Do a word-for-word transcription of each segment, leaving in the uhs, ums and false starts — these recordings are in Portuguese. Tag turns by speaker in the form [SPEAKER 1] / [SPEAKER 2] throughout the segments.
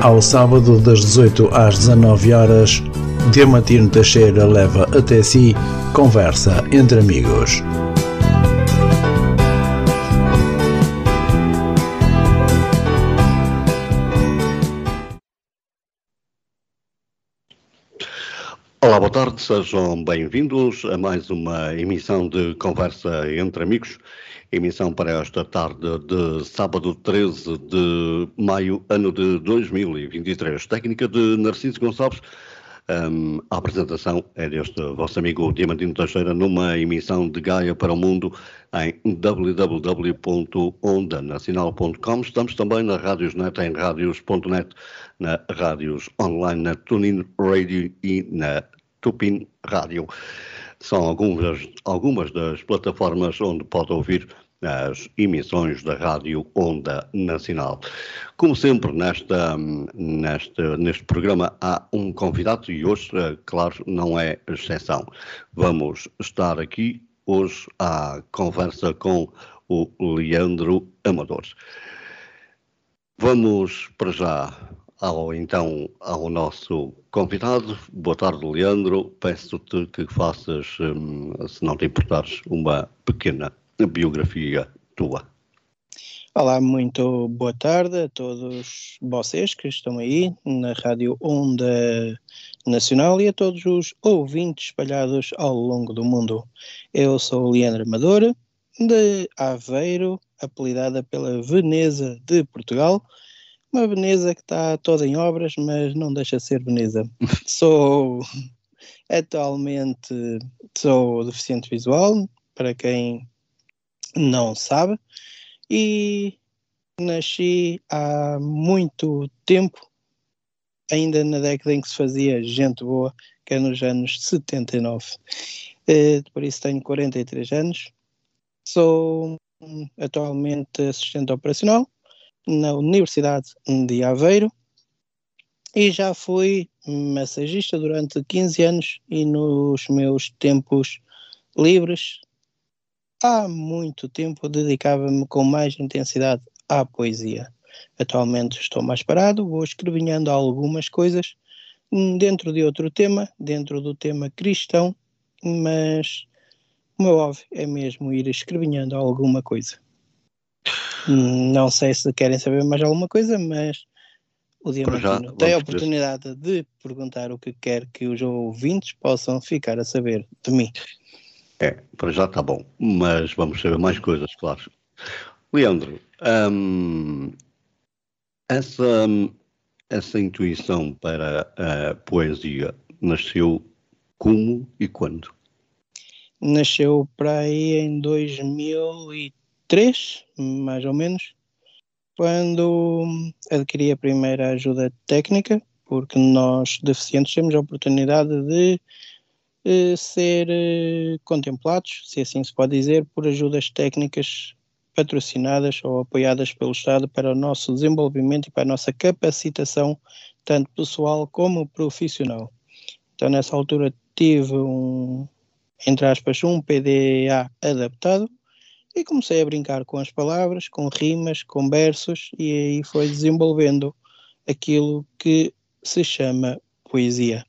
[SPEAKER 1] Ao sábado das dezoito às dezanove horas, Diamantino Teixeira leva até si Conversa entre Amigos.
[SPEAKER 2] Olá, boa tarde, sejam bem-vindos a mais uma emissão de Conversa entre Amigos, emissão para esta tarde de sábado treze de maio, ano de dois mil e vinte e três. Técnica de Narciso Gonçalves, um, a apresentação é deste vosso amigo Diamantino Teixeira numa emissão de Gaia para o Mundo em w w w ponto onda nacional ponto com. Estamos também na Rádiosnet, em radios ponto net, na Rádios Online, na TuneIn Radio e na Tupin Rádio. São algumas, algumas das plataformas onde pode ouvir as emissões da Rádio Onda Nacional. Como sempre, nesta, nesta, neste programa há um convidado e hoje, claro, não é exceção. Vamos estar aqui hoje à conversa com o Leandro Amador. Vamos para já ao, então, ao nosso convidado. Boa tarde, Leandro. Peço-te que faças, hum, se não te importares, uma pequena biografia tua.
[SPEAKER 3] Olá, muito boa tarde a todos vocês que estão aí na Rádio Onda Nacional e a todos os ouvintes espalhados ao longo do mundo. Eu sou o Leandro Amador, de Aveiro, apelidada pela Veneza de Portugal. Uma Veneza que está toda em obras, mas não deixa de ser Veneza. Sou atualmente sou deficiente visual, para quem não sabe, e nasci há muito tempo, ainda na década em que se fazia gente boa, que é nos anos setenta e nove. Uh, por isso tenho quarenta e três anos, sou atualmente assistente operacional na Universidade de Aveiro e já fui massagista durante quinze anos e nos meus tempos livres, há muito tempo, dedicava-me com mais intensidade à poesia. Atualmente estou mais parado, vou escrevinhando algumas coisas dentro de outro tema, dentro do tema cristão, mas o meu hobby é mesmo ir escrevinhando alguma coisa. Não sei se querem saber mais alguma coisa, mas o Diamantino tem a oportunidade de perguntar o que quer que os ouvintes possam ficar a saber de mim.
[SPEAKER 2] É, para já está bom, mas vamos saber mais coisas, claro. Leandro, hum, essa, essa intuição para a poesia nasceu como e quando?
[SPEAKER 3] Nasceu para aí em dois mil e três, mais ou menos, quando adquiri a primeira ajuda técnica, porque nós deficientes temos a oportunidade de eh, ser eh, contemplados, se assim se pode dizer, por ajudas técnicas patrocinadas ou apoiadas pelo Estado para o nosso desenvolvimento e para a nossa capacitação, tanto pessoal como profissional. Então, nessa altura, tive um, entre aspas, um P D A adaptado, e comecei a brincar com as palavras, com rimas, com versos, e aí foi desenvolvendo aquilo que se chama poesia.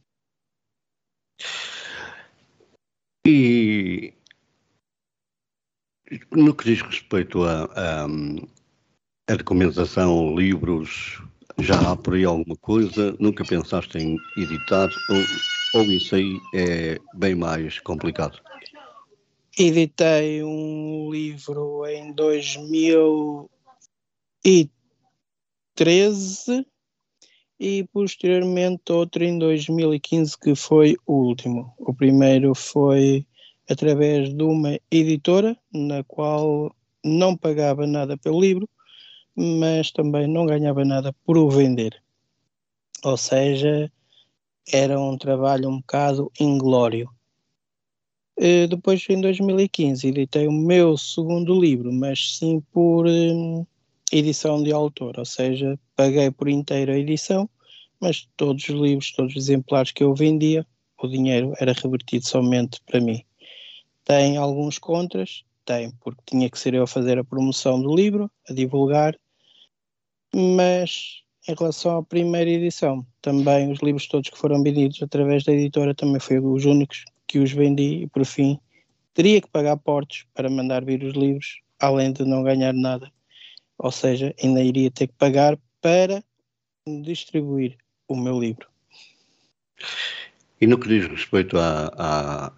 [SPEAKER 2] E no que diz respeito a, a, a documentação, livros, já há por aí alguma coisa? Nunca pensaste em editar? Ou, ou isso aí é bem mais complicado?
[SPEAKER 3] Editei um livro em dois mil e treze e posteriormente outro em dois mil e quinze, que foi o último. O primeiro foi através de uma editora na qual não pagava nada pelo livro, mas também não ganhava nada por o vender. Ou seja, era um trabalho um bocado inglório. Uh, depois, em dois mil e quinze, editei o meu segundo livro, mas sim por um, edição de autor, ou seja, paguei por inteiro a edição, mas todos os livros, todos os exemplares que eu vendia, o dinheiro era revertido somente para mim. Tem alguns contras? Tem, porque tinha que ser eu a fazer a promoção do livro, a divulgar, mas em relação à primeira edição, também os livros todos que foram vendidos através da editora também foi os únicos que os vendi e por fim teria que pagar portos para mandar vir os livros, além de não ganhar nada. Ou seja, ainda iria ter que pagar para distribuir o meu livro.
[SPEAKER 2] E no que diz respeito a, a,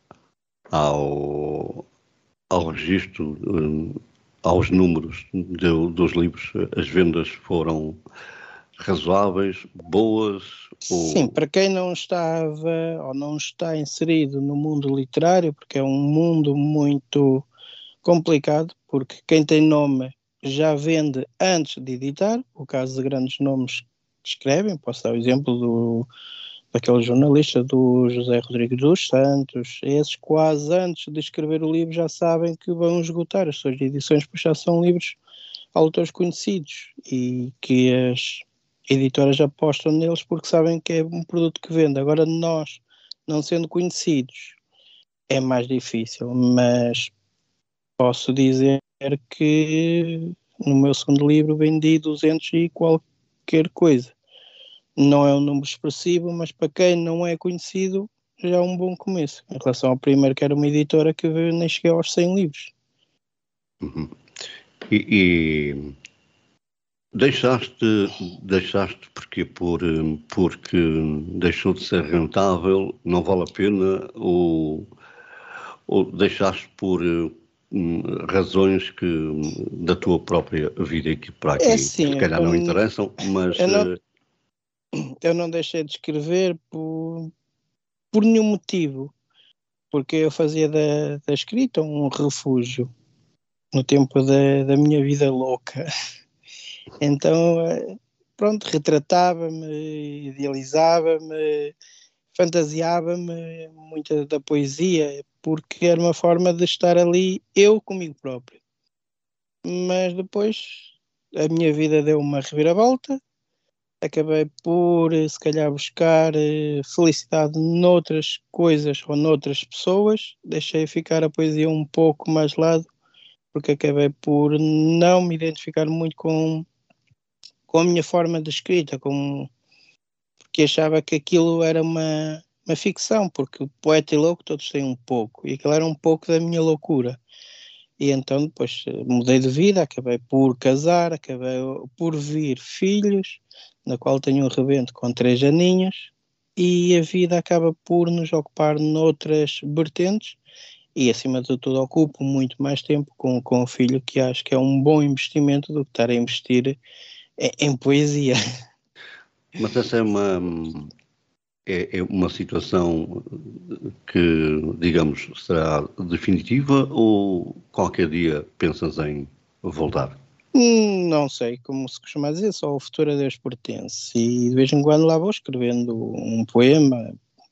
[SPEAKER 2] ao, ao registro, um, aos números de, dos livros, as vendas foram razoáveis, boas? Ou...
[SPEAKER 3] Sim, para quem não estava ou não está inserido no mundo literário, porque é um mundo muito complicado, porque quem tem nome já vende antes de editar, o caso de grandes nomes que escrevem, posso dar o exemplo do, daquele jornalista do José Rodrigues dos Santos, esses quase antes de escrever o livro já sabem que vão esgotar as suas edições, porque já são livros a autores conhecidos e que as editoras apostam neles porque sabem que é um produto que vende. Agora nós, não sendo conhecidos, é mais difícil, mas posso dizer que no meu segundo livro vendi duzentos e qualquer coisa. Não é um número expressivo, mas para quem não é conhecido já é um bom começo. Em relação ao primeiro, que era uma editora que nem cheguei aos cem livros.
[SPEAKER 2] Uhum. E, e deixaste, deixaste porque, por, porque deixou de ser rentável, não vale a pena, ou, ou deixaste por hum, razões que, da tua própria vida e que para aqui
[SPEAKER 3] É assim,
[SPEAKER 2] se calhar
[SPEAKER 3] para
[SPEAKER 2] não
[SPEAKER 3] mim,
[SPEAKER 2] interessam, mas...
[SPEAKER 3] eu não, eu não deixei de escrever por, por nenhum motivo, porque eu fazia da, da escrita um refúgio no tempo da, da minha vida louca. Então, pronto, retratava-me, idealizava-me, fantasiava-me muita da poesia, porque era uma forma de estar ali eu comigo próprio. Mas depois a minha vida deu uma reviravolta, acabei por, se calhar, buscar felicidade noutras coisas ou noutras pessoas, deixei ficar a poesia um pouco mais de lado, porque acabei por não me identificar muito com, com a minha forma de escrita, com, porque achava que aquilo era uma, uma ficção, porque o poeta e louco todos têm um pouco, e aquilo era um pouco da minha loucura. E então depois mudei de vida, acabei por casar, acabei por vir filhos, na qual tenho um rebento com três aninhos, e a vida acaba por nos ocupar noutras vertentes, e acima de tudo ocupo muito mais tempo com, com o filho, que acho que é um bom investimento do que estar a investir em, em poesia.
[SPEAKER 2] Mas essa é uma, é, é uma situação que, digamos, será definitiva ou qualquer dia pensas em voltar?
[SPEAKER 3] Não sei, como se costuma dizer, só o futuro a Deus pertence. E de vez em quando lá vou escrevendo um poema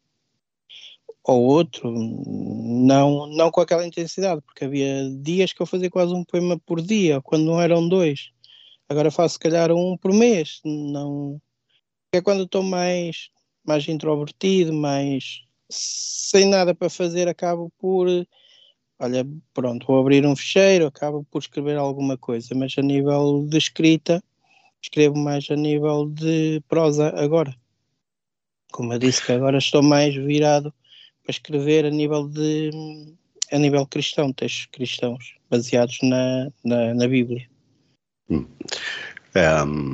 [SPEAKER 3] ou outro, não, não com aquela intensidade, porque havia dias que eu fazia quase um poema por dia, quando não eram dois. Agora faço se calhar um por mês, não... É quando estou mais, mais introvertido, mais sem nada para fazer, acabo por, olha, pronto, vou abrir um fecheiro, acabo por escrever alguma coisa, mas a nível de escrita, escrevo mais a nível de prosa agora. Como eu disse que agora estou mais virado para escrever a nível de a nível cristão, textos cristãos, baseados na, na, na Bíblia.
[SPEAKER 2] Hum. Um,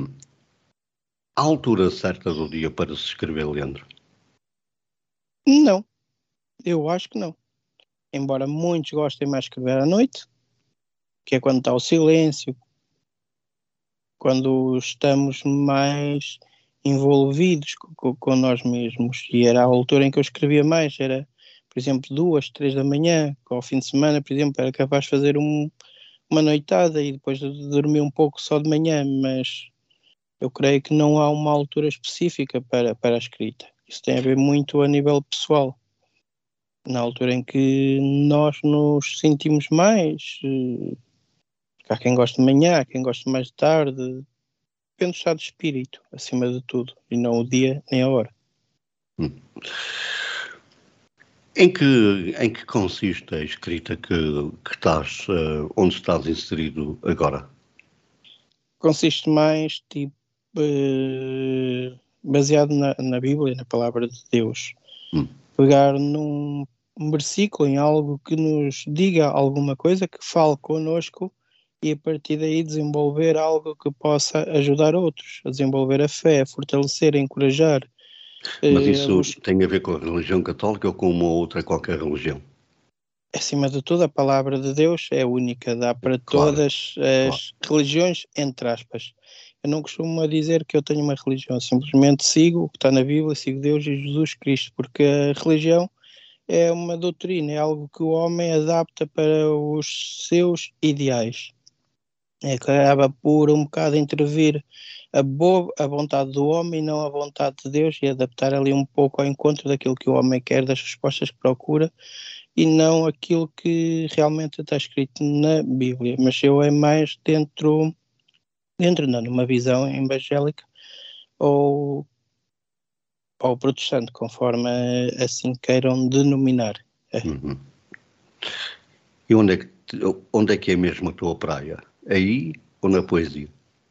[SPEAKER 2] a altura certa do dia para se escrever, Leandro?
[SPEAKER 3] Não, eu acho que não. Embora muitos gostem mais de escrever à noite, que é quando está o silêncio, quando estamos mais envolvidos com, com nós mesmos. E era a altura em que eu escrevia mais, era, por exemplo, duas, três da manhã, ao fim de semana, por exemplo, era capaz de fazer um, uma noitada e depois de dormir um pouco só de manhã, mas eu creio que não há uma altura específica para, para a escrita. Isso tem a ver muito a nível pessoal. Na altura em que nós nos sentimos mais, há quem goste de manhã, há quem goste mais de tarde, depende do estado de espírito, acima de tudo, e não o dia nem a hora.
[SPEAKER 2] Hum. Em que, em que consiste a escrita que, que estás, uh, onde estás inserido agora?
[SPEAKER 3] Consiste mais, tipo, uh, baseado na, na Bíblia, na palavra de Deus.
[SPEAKER 2] Hum.
[SPEAKER 3] Pegar num versículo, em algo que nos diga alguma coisa, que fale connosco, e a partir daí desenvolver algo que possa ajudar outros, a desenvolver a fé, a fortalecer, a encorajar.
[SPEAKER 2] Mas
[SPEAKER 3] uh,
[SPEAKER 2] isso
[SPEAKER 3] vos...
[SPEAKER 2] tem a ver com a religião católica ou com uma outra qualquer religião?
[SPEAKER 3] Acima de tudo, a palavra de Deus é única, dá para
[SPEAKER 2] Claro,
[SPEAKER 3] todas as
[SPEAKER 2] claro.
[SPEAKER 3] religiões, entre aspas. Eu não costumo dizer que eu tenho uma religião, simplesmente sigo o que está na Bíblia, sigo Deus e Jesus Cristo, porque a religião é uma doutrina, é algo que o homem adapta para os seus ideais. É que acaba por um bocado intervir a, boa, a vontade do homem e não a vontade de Deus, e adaptar ali um pouco ao encontro daquilo que o homem quer, das respostas que procura, e não aquilo que realmente está escrito na Bíblia. Mas eu é mais dentro, dentro não, numa visão evangélica ou, ou protestante, conforme assim queiram denominar. É.
[SPEAKER 2] Uhum. E onde é, que, onde é que é mesmo a tua praia? Aí ou na poesia?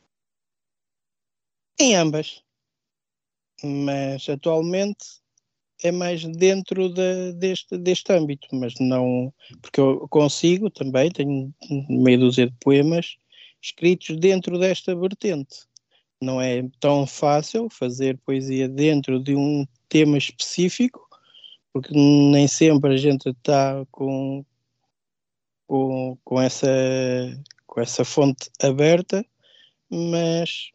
[SPEAKER 3] Em ambas, mas atualmente é mais dentro de, deste, deste âmbito, mas não, porque eu consigo também, tenho meia dúzia de poemas escritos dentro desta vertente. Não é tão fácil fazer poesia dentro de um tema específico, porque nem sempre a gente está com, com, com, essa, com essa fonte aberta, mas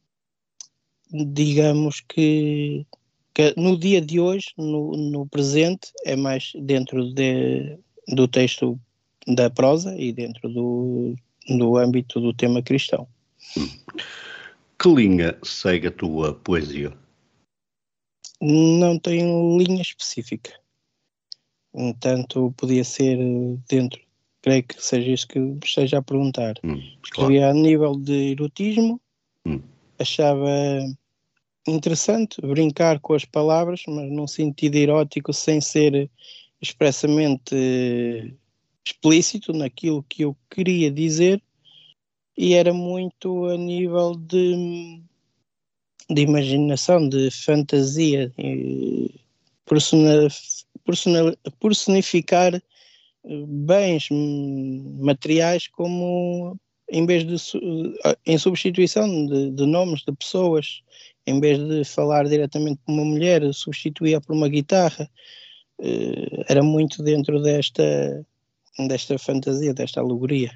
[SPEAKER 3] digamos que, que no dia de hoje, no, no presente, é mais dentro de, do texto da prosa e dentro do, do âmbito do tema cristão.
[SPEAKER 2] Hum. Que linha segue a tua poesia?
[SPEAKER 3] Não tenho linha específica. Entanto, podia ser dentro, creio que seja isso que me esteja a perguntar.
[SPEAKER 2] Hum,
[SPEAKER 3] Escrevia
[SPEAKER 2] claro.
[SPEAKER 3] a nível de erotismo,
[SPEAKER 2] hum.
[SPEAKER 3] achava interessante brincar com as palavras, mas num sentido erótico, sem ser expressamente explícito naquilo que eu queria dizer, e era muito a nível de, de imaginação, de fantasia, persona, persona, personificar bens materiais como em vez de em substituição de, de nomes de pessoas, em vez de falar diretamente por uma mulher, substituía por uma guitarra. Era muito dentro desta desta fantasia, desta alegoria.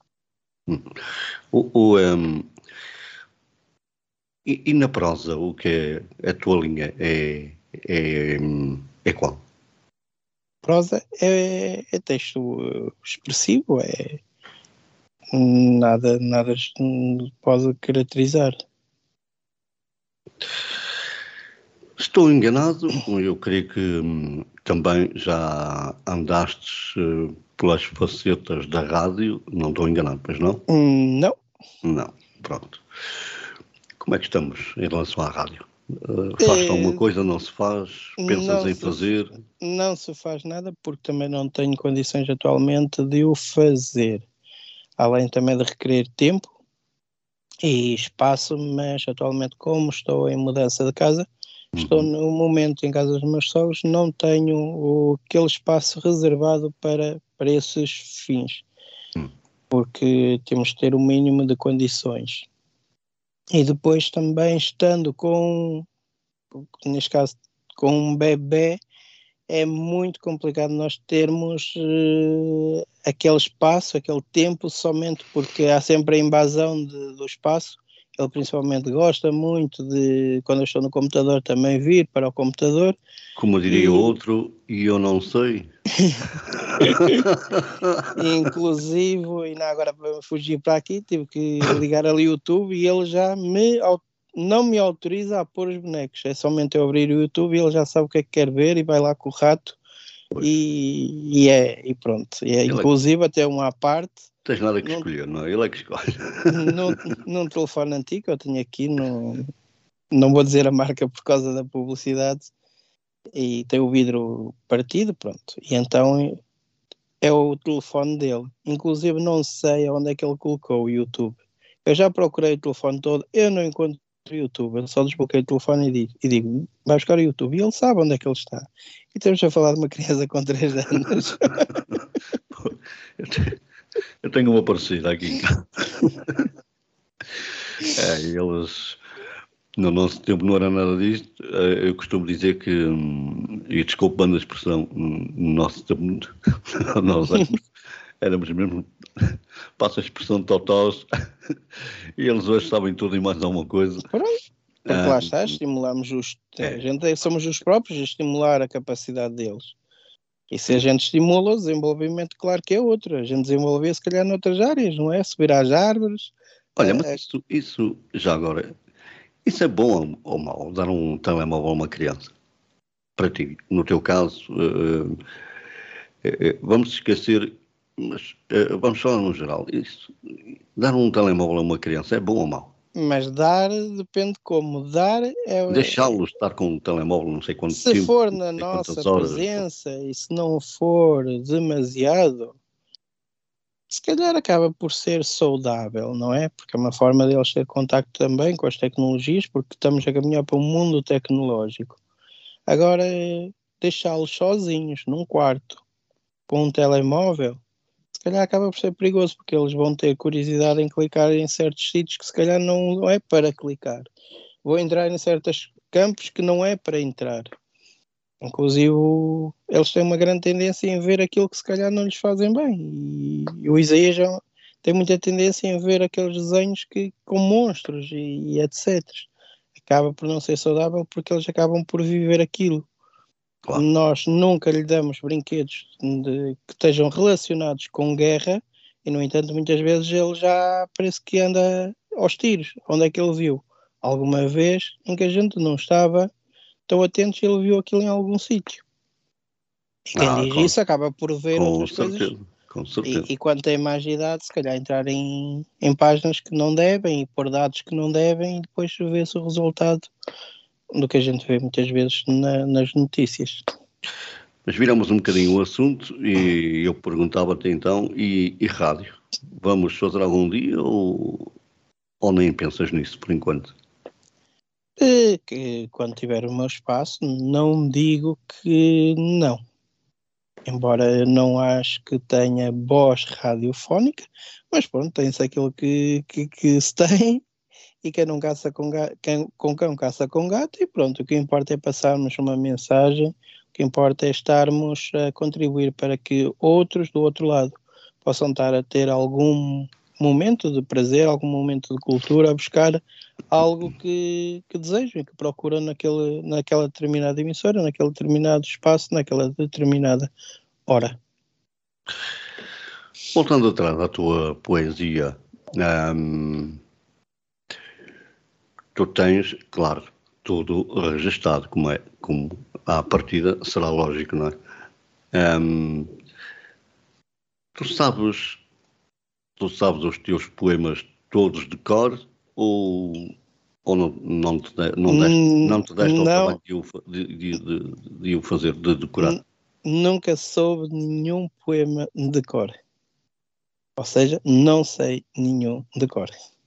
[SPEAKER 2] O, o, um, e, e na prosa, o que é a tua linha é, é, é qual?
[SPEAKER 3] Prosa é, é texto expressivo, é nada, nada pode caracterizar.
[SPEAKER 2] Estou enganado, eu creio que hum, também já andastes uh, pelas facetas da rádio, não estou enganado, pois não?
[SPEAKER 3] Hum, não.
[SPEAKER 2] Não, pronto. Como é que estamos em relação à rádio? Uh, faz-se
[SPEAKER 3] É,
[SPEAKER 2] alguma coisa, não se faz? Pensas em
[SPEAKER 3] se,
[SPEAKER 2] fazer?
[SPEAKER 3] Não se faz nada porque também não tenho condições atualmente de o fazer. Além também de requerer tempo e espaço, mas atualmente, como estou em mudança de casa, uhum. estou no momento em casa dos meus sogros, não tenho o, aquele espaço reservado para, para esses fins,
[SPEAKER 2] uhum.
[SPEAKER 3] porque temos de ter o mínimo de condições. E depois também estando com, neste caso, com um bebê, é muito complicado nós termos uh, aquele espaço, aquele tempo, somente porque há sempre a invasão de, do espaço. Ele principalmente gosta muito de, quando eu estou no computador, também vir para o computador.
[SPEAKER 2] Como diria e... outro, e eu não sei.
[SPEAKER 3] Inclusive, e agora para fugir para aqui, tive que ligar ali o YouTube e ele já me não me autoriza a pôr os bonecos. É somente eu abrir o YouTube e ele já sabe o que é que quer ver e vai lá com o rato e, e é, e pronto. E é, inclusive, é... até uma à parte.
[SPEAKER 2] Tens nada que num, escolher, não é? Ele é que escolhe.
[SPEAKER 3] Num, num telefone antigo que eu tenho aqui, no, não vou dizer a marca por causa da publicidade, e tem o vidro partido, pronto. E então é o telefone dele. Inclusive não sei onde é que ele colocou o YouTube. Eu já procurei o telefone todo, eu não encontro o YouTube, eu só desbloqueio o telefone e digo, e digo, vai buscar o YouTube, e ele sabe onde é que ele está. E estamos a falar de uma criança com três anos.
[SPEAKER 2] eu, tenho, eu tenho uma parecida aqui em casa. É, eles, no nosso tempo não era nada disto. Eu costumo dizer que, e desculpe-me a expressão, no nosso tempo, nós éramos, éramos mesmo, passa a expressão de totós, e eles hoje sabem tudo e mais alguma coisa.
[SPEAKER 3] Pronto, porque lá está, estimulamos os,
[SPEAKER 2] É.
[SPEAKER 3] a gente, somos os próprios a estimular a capacidade deles. E se a gente estimula o desenvolvimento, claro que é outro. A gente desenvolver se calhar noutras áreas, não é? Subir às árvores.
[SPEAKER 2] Olha, mas isso, isso já agora, isso é bom ou mau, dar um telemóvel a uma criança? Para ti, no teu caso, uh, uh, uh, vamos esquecer, mas uh, vamos falar no geral, isso, dar um telemóvel a uma criança é bom ou mau?
[SPEAKER 3] Mas dar depende como. Dar é...
[SPEAKER 2] Deixá-lo estar com o telemóvel não sei quanto
[SPEAKER 3] se
[SPEAKER 2] tempo.
[SPEAKER 3] for na
[SPEAKER 2] não sei
[SPEAKER 3] nossa
[SPEAKER 2] quantas horas.
[SPEAKER 3] presença e se não for demasiado, se calhar acaba por ser saudável, não é? Porque é uma forma deles ter contacto também com as tecnologias, porque estamos a caminhar para um mundo tecnológico. Agora, deixá-los sozinhos num quarto com um telemóvel, se calhar acaba por ser perigoso, porque eles vão ter curiosidade em clicar em certos sítios que se calhar não é para clicar. Vou entrar em certos campos que não é para entrar. Inclusive, eles têm uma grande tendência em ver aquilo que se calhar não lhes fazem bem. E o Isaías já tem muita tendência em ver aqueles desenhos que, com monstros e, e etcétera. Acaba por não ser saudável porque eles acabam por viver aquilo. Claro. Nós nunca lhe damos brinquedos de, que estejam relacionados com guerra e, no entanto, muitas vezes ele já parece que anda aos tiros. Onde é que ele viu? Alguma vez em que a gente não estava tão atentos e ele viu aquilo em algum sítio. E quem ah, diz com, isso acaba por ver outras certeza, coisas.
[SPEAKER 2] Com certeza.
[SPEAKER 3] E, e quando tem mais idade, se calhar entrar em, em páginas que não devem e pôr dados que não devem e depois vê-se o resultado do que a gente vê muitas vezes na, nas notícias.
[SPEAKER 2] Mas viramos um bocadinho o assunto e eu perguntava-te então, e, e rádio? Vamos fazer algum dia ou, ou nem pensas nisso por enquanto?
[SPEAKER 3] É, que quando tiver o meu espaço, não digo que não. Embora não acho que tenha voz radiofónica, mas pronto, tem-se aquilo que, que, que se tem, e quem não caça com, gato, quem, com cão caça com gato, e pronto, o que importa é passarmos uma mensagem, o que importa é estarmos a contribuir para que outros do outro lado possam estar a ter algum momento de prazer, algum momento de cultura, a buscar algo que, que desejam e que procuram naquele, naquela determinada emissora, naquele determinado espaço, naquela determinada hora.
[SPEAKER 2] Voltando atrás à tua poesia, hum, tu tens, claro, tudo registado, como é, como à partida será lógico, não é? Hum, tu sabes, tu sabes os teus poemas todos de cor ou, ou não, não te, de, não deste, não te deste ao trabalho de o, de, de, de, de o fazer, de decorar?
[SPEAKER 3] Nunca soube nenhum poema de cor. Ou seja, não sei nenhum de cor.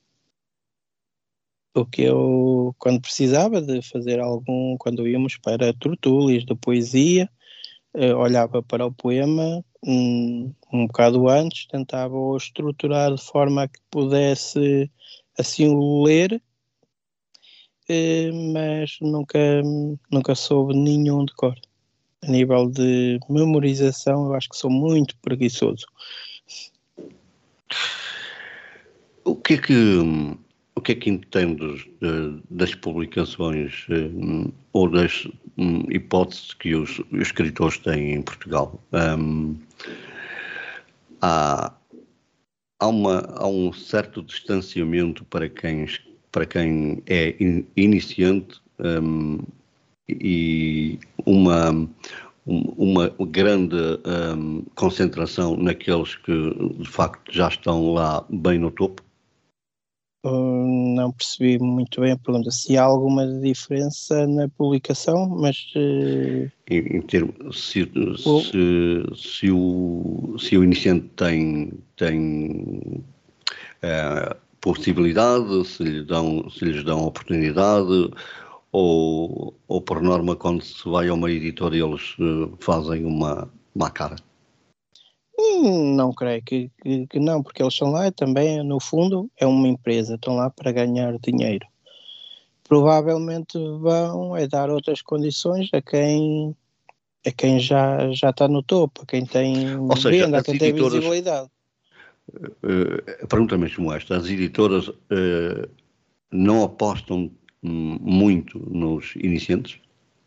[SPEAKER 3] O que eu, quando precisava de fazer algum, quando íamos para tertúlias de poesia, olhava para o poema um, um bocado antes, tentava o estruturar de forma a que pudesse assim o ler, mas nunca, nunca soube nenhum de cor. A nível de memorização, eu acho que sou muito preguiçoso.
[SPEAKER 2] O que é que, o que é que entendes de, das publicações um, ou das um, hipóteses que os, os escritores têm em Portugal? Um, há, há, uma, há um certo distanciamento para quem, para quem é in, iniciante um, e uma, uma grande um, concentração naqueles que de facto já estão lá bem no topo?
[SPEAKER 3] Uh, não percebi muito bem a pergunta. Se há alguma diferença na publicação, mas... Uh...
[SPEAKER 2] Em, em termos, se, o... Se, se, o, se o iniciante tem, tem uh, possibilidade, se, lhe dão, se lhes dão oportunidade, ou, ou por norma quando se vai a uma editora eles uh, fazem uma, uma cara?
[SPEAKER 3] Hum, Não creio que, que, que não, porque eles estão lá e também, no fundo, é uma empresa, estão lá para ganhar dinheiro. Provavelmente vão é dar outras condições a quem, a quem já, já está no topo, a quem tem
[SPEAKER 2] Ou seja,
[SPEAKER 3] venda, a
[SPEAKER 2] as
[SPEAKER 3] quem tem
[SPEAKER 2] editoras,
[SPEAKER 3] visibilidade.
[SPEAKER 2] uh, a pergunta mesmo esta, as editoras uh, não apostam hum, muito nos iniciantes?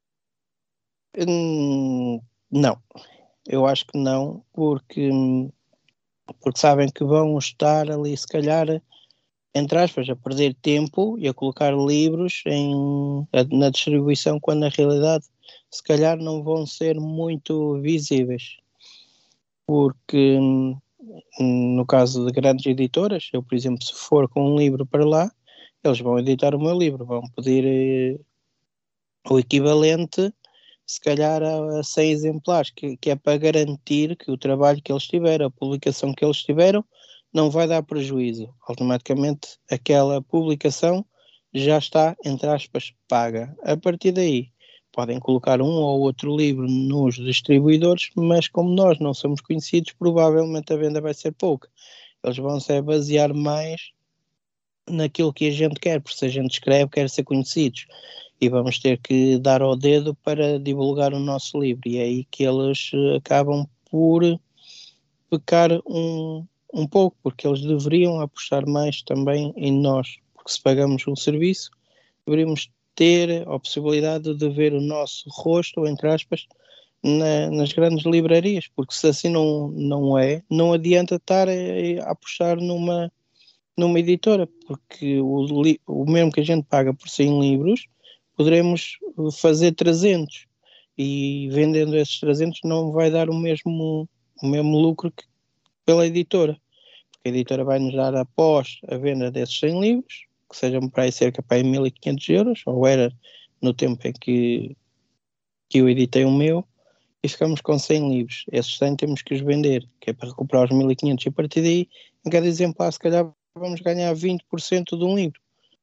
[SPEAKER 3] Hum, não, eu acho que não, porque, porque sabem que vão estar ali, se calhar, entre aspas, a perder tempo e a colocar livros em, na distribuição, quando na realidade, se calhar, não vão ser muito visíveis. Porque, hum, no caso de grandes editoras, eu, por exemplo, se for com um livro para lá, eles vão editar o meu livro, vão pedir eh, o equivalente, se calhar, a, a cem exemplares, que, que é para garantir que o trabalho que eles tiveram, a publicação que eles tiveram, não vai dar prejuízo. Automaticamente, aquela publicação já está, entre aspas, paga. A partir daí, podem colocar um ou outro livro nos distribuidores, mas como nós não somos conhecidos, provavelmente a venda vai ser pouca. Eles vão se basear mais naquilo que a gente quer, porque se a gente escreve, quer ser conhecidos. E vamos ter que dar ao dedo para divulgar o nosso livro. E é aí que eles eh, acabam por pecar um, um pouco, porque eles deveriam apostar mais também em nós. Porque se pagamos um serviço, deveríamos ter a possibilidade de ver o nosso rosto, entre aspas, na, nas grandes livrarias, porque se assim não, não é, não adianta estar a, a apostar numa, numa editora, porque o, o mesmo que a gente paga por cem livros, poderemos fazer trezentos, e vendendo esses trezentos não vai dar o mesmo, o mesmo lucro que pela editora, porque a editora vai nos dar após a venda desses cem livros, que sejam para aí cerca de mil e quinhentos euros, ou era no tempo em que, que eu editei o meu, e ficamos com cem livros. Esses cem temos que os vender, que é para recuperar os mil e quinhentos, e a partir daí, em cada exemplar, se calhar vamos ganhar vinte por cento de um livro.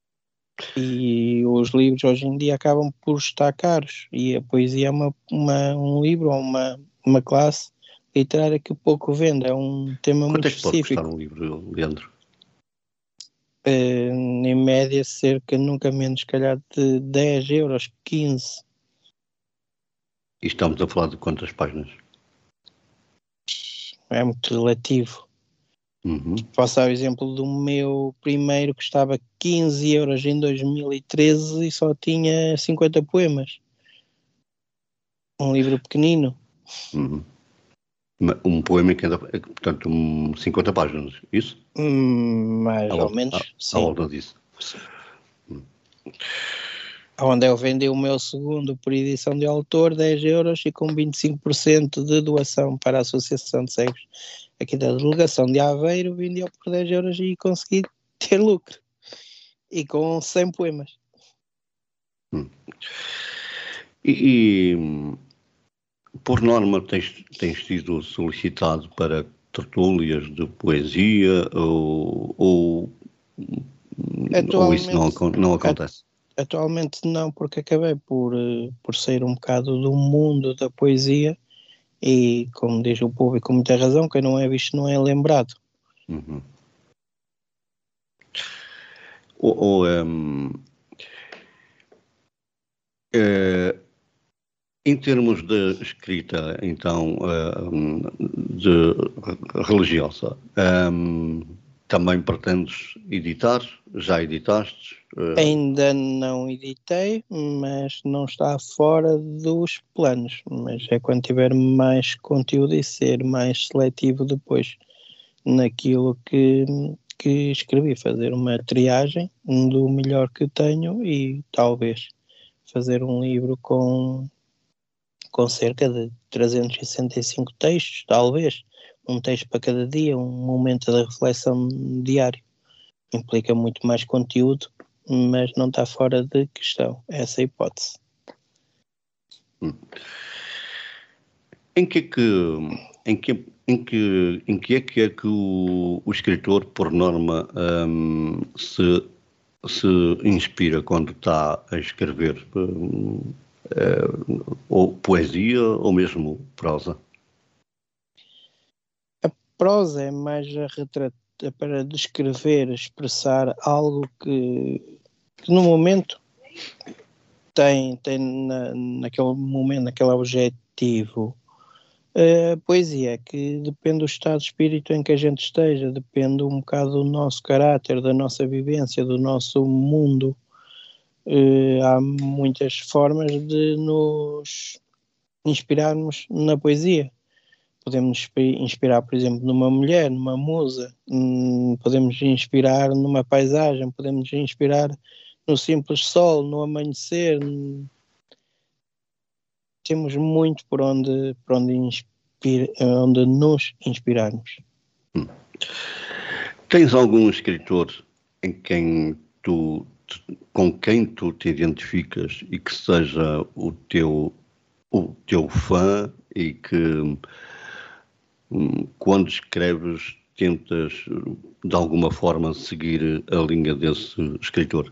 [SPEAKER 3] E os livros hoje em dia acabam por estar caros, e a poesia é uma, uma, um livro ou uma, uma classe literária que pouco vende, é um tema
[SPEAKER 2] Quanto
[SPEAKER 3] muito
[SPEAKER 2] é que pode custar
[SPEAKER 3] específico.
[SPEAKER 2] um livro, Leandro?
[SPEAKER 3] Uh, em média cerca, nunca menos, se calhar de dez euros, quinze.
[SPEAKER 2] E estamos a falar de quantas páginas?
[SPEAKER 3] É muito relativo.
[SPEAKER 2] Uhum.
[SPEAKER 3] Posso dar o exemplo do meu primeiro, que estava quinze euros em dois mil e treze e só tinha cinquenta poemas. Um livro pequenino.
[SPEAKER 2] Uhum. Um poema em cada, portanto, um, cinquenta páginas, isso?
[SPEAKER 3] Hum, mais
[SPEAKER 2] À
[SPEAKER 3] ou
[SPEAKER 2] volta, à,
[SPEAKER 3] menos,
[SPEAKER 2] à
[SPEAKER 3] sim.
[SPEAKER 2] volta disso.
[SPEAKER 3] Sim. Onde eu vendi o meu segundo por edição de autor, dez euros, e com vinte e cinco por cento de doação para a Associação de Cegos aqui da delegação de Aveiro, vendi por dez euros e consegui ter lucro. E com cem poemas.
[SPEAKER 2] Hum. E, e por norma tens, tens sido solicitado para tertúlias de poesia ou, ou, ou isso não, não acontece?
[SPEAKER 3] Atualmente não, porque acabei por, por sair um bocado do mundo da poesia e, como diz o público com muita razão, quem não é visto não é lembrado.
[SPEAKER 2] Uhum. Ou, ou um, é, em termos de escrita, então, um, de religiosa, um, também pretendes editar? Já editaste? Uh...
[SPEAKER 3] Ainda não editei, mas não está fora dos planos. Mas é quando tiver mais conteúdo e ser mais seletivo depois naquilo que, que escrevi. Fazer uma triagem do melhor que tenho e talvez fazer um livro com, com cerca de trezentos e sessenta e cinco textos, talvez. Um texto para cada dia, um momento de reflexão diário. Implica muito mais conteúdo, mas não está fora de questão essa hipótese.
[SPEAKER 2] Hum. Em que é que em que, em que, em que é que é que o, o escritor, por norma, hum, se, se inspira quando está a escrever? Hum, é, ou poesia ou mesmo prosa?
[SPEAKER 3] A prosa é mais a retratar, para descrever, expressar algo que, que no momento tem, tem na, naquele momento, naquele objetivo. A poesia é que depende do estado de espírito em que a gente esteja, depende um bocado do nosso caráter, da nossa vivência, do nosso mundo. Uh, há muitas formas de nos inspirarmos na poesia. Podemos inspirar, por exemplo, numa mulher, numa musa, hum, podemos inspirar numa paisagem, podemos inspirar no simples sol, no amanhecer. Temos muito por onde, por onde, inspira, onde nos inspirarmos.
[SPEAKER 2] Hum. Tens algum escritor em quem tu, com quem tu te identificas e que seja o teu, o teu fã e que quando escreves tentas de alguma forma seguir a linha desse escritor?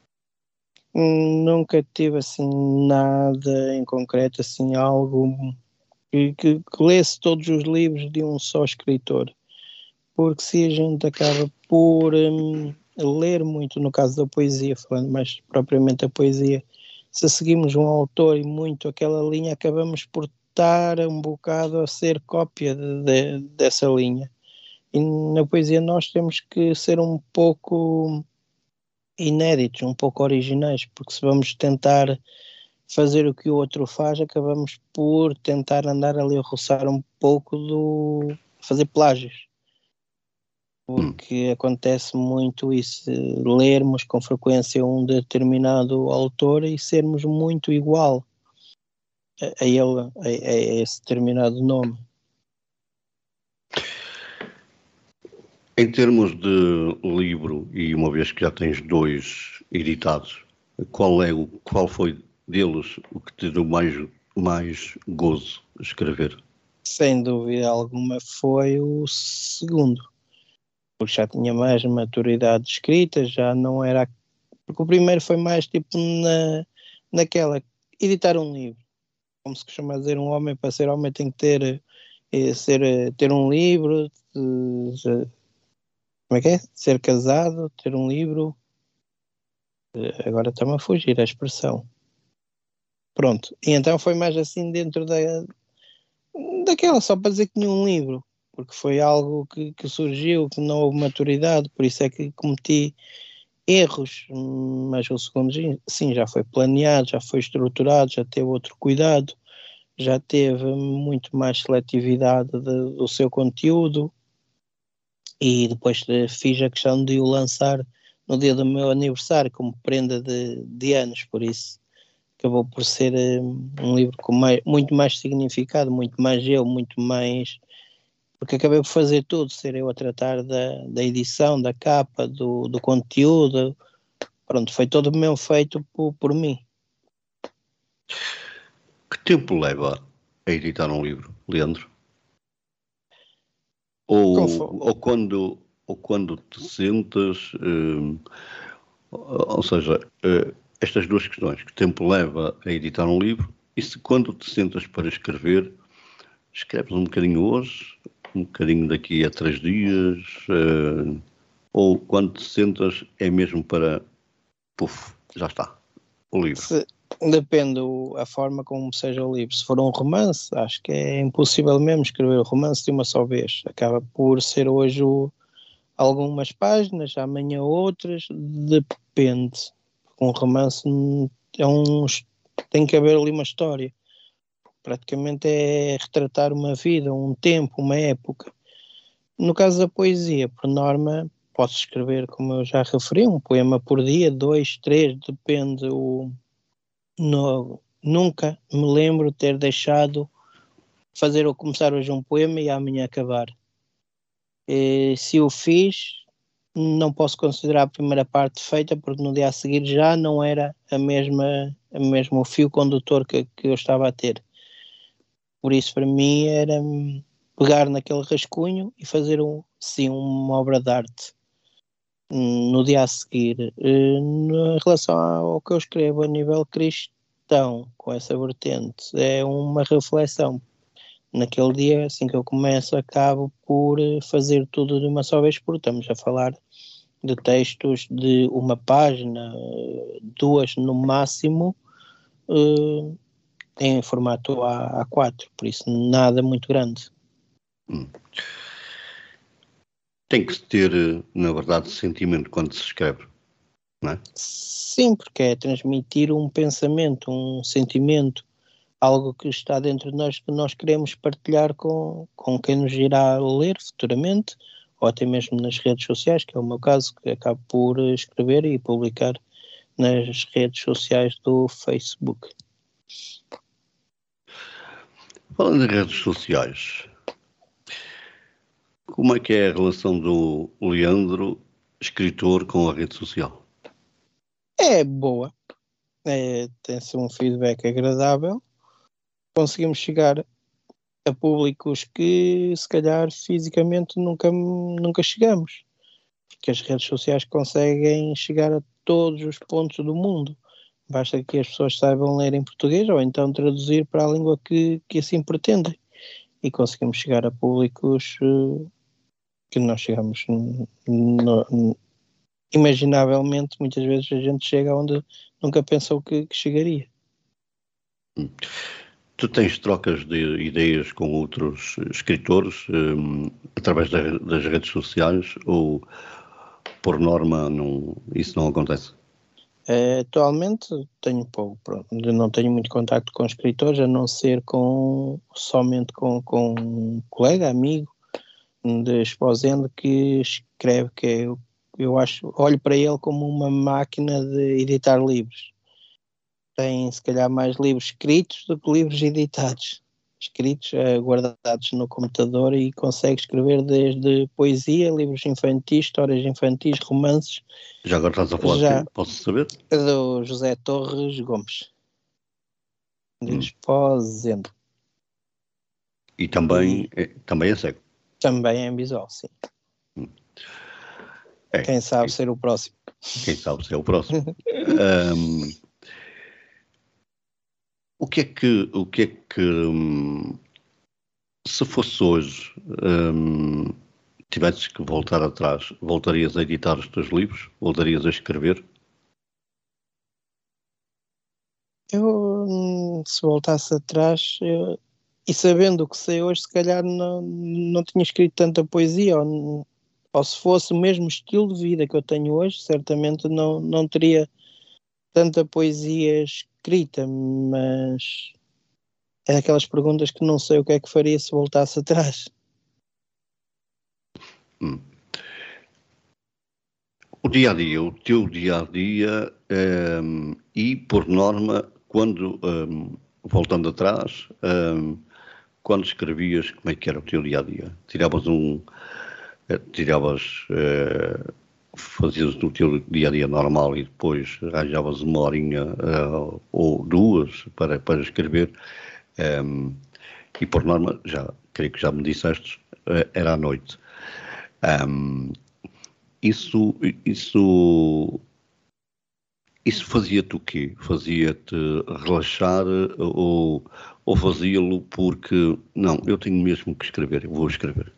[SPEAKER 3] Nunca tive assim nada em concreto, assim algo que, que, que lesse todos os livros de um só escritor, porque se a gente acaba por hum, ler muito, no caso da poesia, falando mais propriamente da poesia, se seguimos um autor e muito aquela linha, acabamos por estar um bocado a ser cópia de, de, dessa linha. E na poesia nós temos que ser um pouco inéditos, um pouco originais, porque se vamos tentar fazer o que o outro faz, acabamos por tentar andar ali a roçar um pouco do fazer plágios, porque hum. acontece muito isso, lermos com frequência um determinado autor e sermos muito igual a, a ele, a, a esse determinado nome.
[SPEAKER 2] Em termos de livro, e uma vez que já tens dois editados, qual é o qual foi deles o que te deu mais, mais gozo escrever?
[SPEAKER 3] Sem dúvida alguma foi o segundo, porque já tinha mais maturidade de escrita, já não era... Porque o primeiro foi mais tipo na, naquela, editar um livro. Como se costuma dizer, um homem para ser homem tem que ter, ser, ter um livro, de, como é que é? Ser casado, ter um livro. Agora está-me a fugir a expressão. Pronto, e então foi mais assim dentro da, daquela, só para dizer que tinha um livro, porque foi algo que, que surgiu, que não houve maturidade, por isso é que cometi erros, mas o segundo sim, já foi planeado, já foi estruturado, já teve outro cuidado, já teve muito mais seletividade de, do seu conteúdo, e depois fiz a questão de o lançar no dia do meu aniversário como prenda de, de anos, por isso acabou por ser um, um livro com mais, muito mais significado, muito mais eu, muito mais... Porque acabei por fazer tudo, ser eu a tratar da, da edição, da capa, do, do conteúdo. Pronto, foi todo mesmo feito por, por mim.
[SPEAKER 2] Que tempo leva a editar um livro, Leandro? Ou, ou, quando, ou quando te sentas... Hum, ou seja... Hum, estas duas questões, que tempo leva a editar um livro e se quando te sentas para escrever, escreves um bocadinho hoje, um bocadinho daqui a três dias, uh, ou quando te sentas é mesmo para, puf, já está, o livro.
[SPEAKER 3] Se, depende a forma como seja o livro. Se for um romance, acho que é impossível mesmo escrever o romance de uma só vez. Acaba por ser hoje o, algumas páginas, amanhã outras, depende. Um romance é um, tem que haver ali uma história. Praticamente é retratar uma vida, um tempo, uma época. No caso da poesia, por norma, posso escrever, como eu já referi, um poema por dia, dois, três, depende. O, no, nunca me lembro de ter deixado fazer ou começar hoje um poema e amanhã acabar. E, se o fiz, não posso considerar a primeira parte feita, porque no dia a seguir já não era a mesma, a mesmo o fio condutor que, que eu estava a ter. Por isso, para mim, era pegar naquele rascunho e fazer um, sim, uma obra de arte no dia a seguir. Em relação ao que eu escrevo a nível cristão, com essa vertente, é uma reflexão. Naquele dia, assim que eu começo, acabo por fazer tudo de uma só vez, porque estamos a falar de textos de uma página, duas no máximo, em formato A quatro, por isso nada muito grande.
[SPEAKER 2] Hum. Tem que se ter, na verdade, sentimento quando se escreve, não é?
[SPEAKER 3] Sim, porque é transmitir um pensamento, um sentimento, algo que está dentro de nós, que nós queremos partilhar com, com quem nos irá ler futuramente, ou até mesmo nas redes sociais, que é o meu caso, que acabo por escrever e publicar nas redes sociais do Facebook.
[SPEAKER 2] Falando em redes sociais, como é que é a relação do Leandro, escritor, com a rede social?
[SPEAKER 3] É boa, é, tem-se um feedback agradável, conseguimos chegar a públicos que se calhar fisicamente nunca, nunca chegamos, porque as redes sociais conseguem chegar a todos os pontos do mundo, basta que as pessoas saibam ler em português ou então traduzir para a língua que, que assim pretendem, e conseguimos chegar a públicos uh, que nós chegamos no, no, imaginavelmente, muitas vezes a gente chega onde nunca pensou que, que chegaria.
[SPEAKER 2] Hum. Tu tens trocas de ideias com outros escritores um, através da, das redes sociais ou, por norma, não, isso não acontece?
[SPEAKER 3] Uh, atualmente tenho pouco, pronto, não tenho muito contacto com escritores, a não ser com, somente com, com um colega, amigo de Esposende que escreve, que eu, eu acho, olho para ele como uma máquina de editar livros. Tem se calhar mais livros escritos do que livros editados. Escritos, uh, guardados no computador, e consegue escrever desde poesia, livros infantis, histórias infantis, romances.
[SPEAKER 2] Já agora estás a falar
[SPEAKER 3] Já,
[SPEAKER 2] de quem? Posso saber?
[SPEAKER 3] do José Torres Gomes, de
[SPEAKER 2] Hum.
[SPEAKER 3] Esposende.
[SPEAKER 2] E também,
[SPEAKER 3] E
[SPEAKER 2] é, também é cego.
[SPEAKER 3] também é em visual, sim.
[SPEAKER 2] Hum. É,
[SPEAKER 3] Quem sabe
[SPEAKER 2] quem,
[SPEAKER 3] ser o próximo.
[SPEAKER 2] quem sabe se é o próximo. um, o que é que, o que, é que um, se fosse hoje, um, tivesses que voltar atrás, voltarias a editar os teus livros? Voltarias a escrever?
[SPEAKER 3] Eu, se voltasse atrás, eu, e sabendo o que sei hoje, se calhar não, não tinha escrito tanta poesia, ou, ou se fosse o mesmo estilo de vida que eu tenho hoje, certamente não, não teria tanta poesia escrita, mas é daquelas perguntas que não sei o que é que faria se voltasse atrás.
[SPEAKER 2] Hum. O dia a dia, o teu dia a dia, um, e por norma, quando, um, voltando atrás, um, quando escrevias, como é que era o teu dia a dia? Tiravas um, tiravas, uh, fazias o teu dia a dia normal e depois arranjavas uma horinha uh, ou duas para, para escrever, um, e por norma, já creio que já me disseste, uh, era à noite. Um, Isso, isso, isso fazia-te o quê? Fazia-te relaxar ou, ou fazia-lo porque, não, eu tenho mesmo que escrever, eu vou escrever?